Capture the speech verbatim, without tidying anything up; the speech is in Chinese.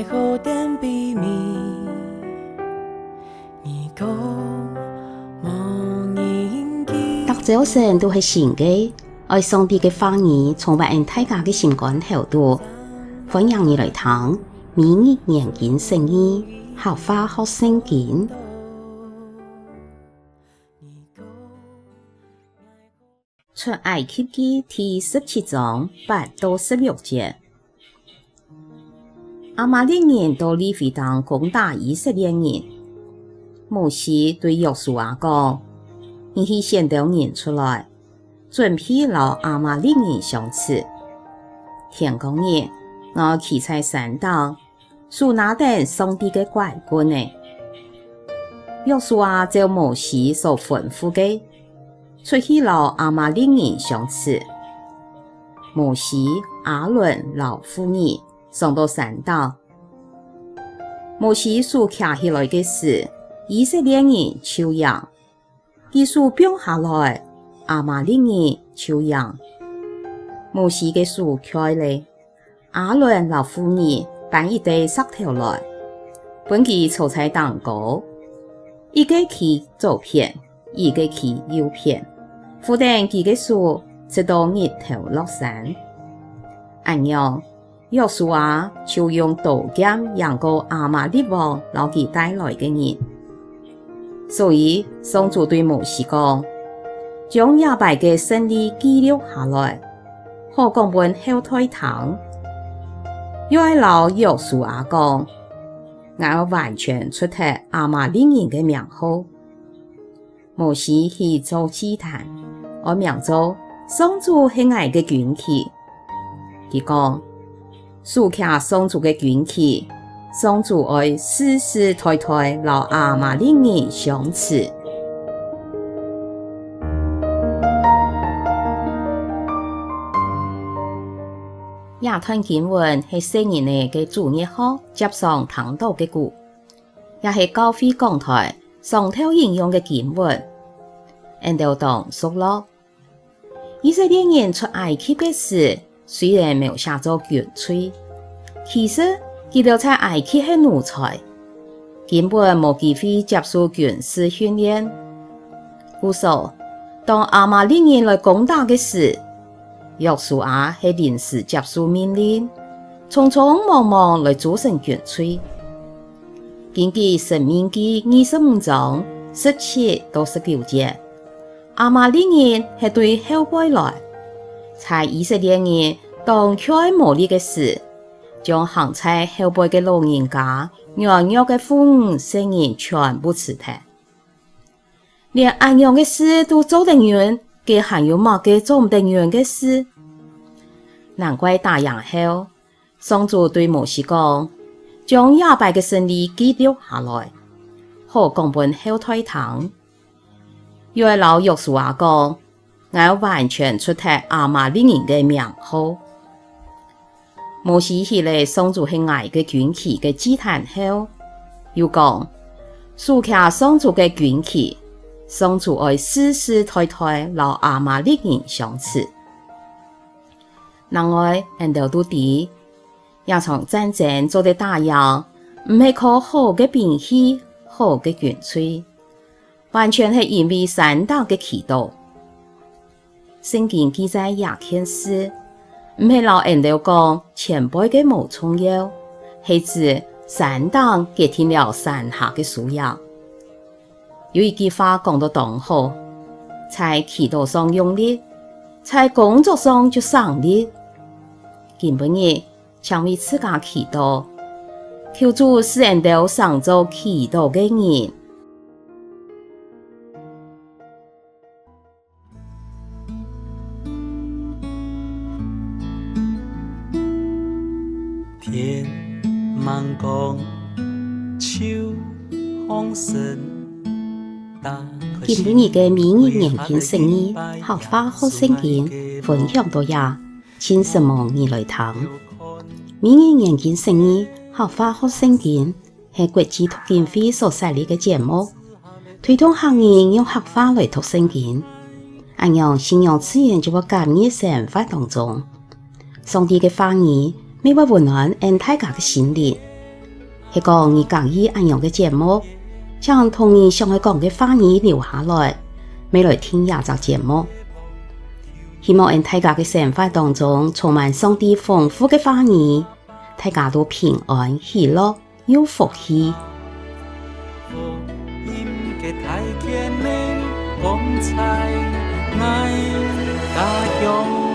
好点秘密，你讲无人记。 大早晨都是新嘅，愛上帝嘅話語充滿喺大家嘅心肝頭度。歡迎你來聽每日研經聖經，合法學聖經。出埃及記第十七章八到十六節。亞瑪力人到利非當攻打以色列人，摩西對約書亞講：你去先導人出來，準備留亞瑪力人相刺。天公日，我企在山頂，數那等上帝嘅拐棍呢。約書亞照摩西所吩咐嘅，出去留亞瑪力人相刺。摩西、亞倫留婦兒上到山頂，摩西所騎起來嘅時，以色列人抽樣，佢所變下來，亞瑪力人抽樣。摩西嘅手開咧，亞倫留婦兒搬一堆石頭來，本佢坐在當高，一個去左片，一個去右片，扶定佢嘅手，直到日頭落山。按樣，約書亞就用刀劍贏過亞瑪力王留佢帶來嘅人。所以上主對摩西講：將亞伯嘅勝利記錄下來，好講本後代聽。又係留約書亞講：我完全出脫亞瑪力人嘅名號。摩西去做祭壇，我名做上主係我嘅軍旗。佢講：豎騎上主嘅軍旗，上主愛世世代代留亞瑪力人相刺。亞團經文係四年內嘅主日學接上聽到嘅故，也係教會講台上頭引用嘅經文。按照當述落，以色列人出埃及嘅時，雖然描寫咗軍粹，其實佢哋在埃及係奴才，根本冇機會接受軍事訓練。故所當亞瑪力人來攻打嘅時，約書亞係臨時接受命令，匆匆忙忙來組成軍粹。根據申命記二十五章十七到十九節，亞瑪力人係對後輩來，在以色列人當缺無力嘅時，將行在後輩嘅老人家、軟弱嘅婦女、聖人全部辭退，連安樣嘅事都做得完，佢還有乜嘅做唔得完嘅事？難怪打贏後，上主對摩西講：將亞伯嘅勝利記錄下來，好講本後代聽。又係留約書亞講：我完全出脫亞瑪力人嘅名號。摩西去嚟上主係我嘅軍旗嘅祭壇後，又講：豎騎上主嘅軍旗，上主愛世世代代留亞瑪力人相刺。另外，人哋都知，一場戰爭做得打贏，唔係靠好嘅兵器、好嘅軍粹，完全係因為上帝嘅祈禱。聖經記載廿件事，唔係老人哋講前輩嘅無重要，係指上帝決定了山下嘅需要。有一句話講得當好，在祈禱上用力，在工作上就省力。今晡日請為自家祈禱，求主使人哋常做祈禱嘅人。 天茫光，秋風神。 今晡日嘅每日研經聖經，合法學聖經，分享到呀，請什麼你來聽。每日研經聖經，合法學聖經，係國際讀經會所設立嘅節目，推動行業用合法來讀聖經。按樣信仰資源就會加入生活當中。上帝嘅話語，每位溫暖人大家嘅心靈， 係講你講意安樣嘅節目，將同你想去講嘅話語留下來，未來聽廿集節目。希望喺大家嘅生活當中充滿上帝豐富嘅話語，大家都平安喜樂有福氣。 福音嘅大權嘅光彩，愛家鄉。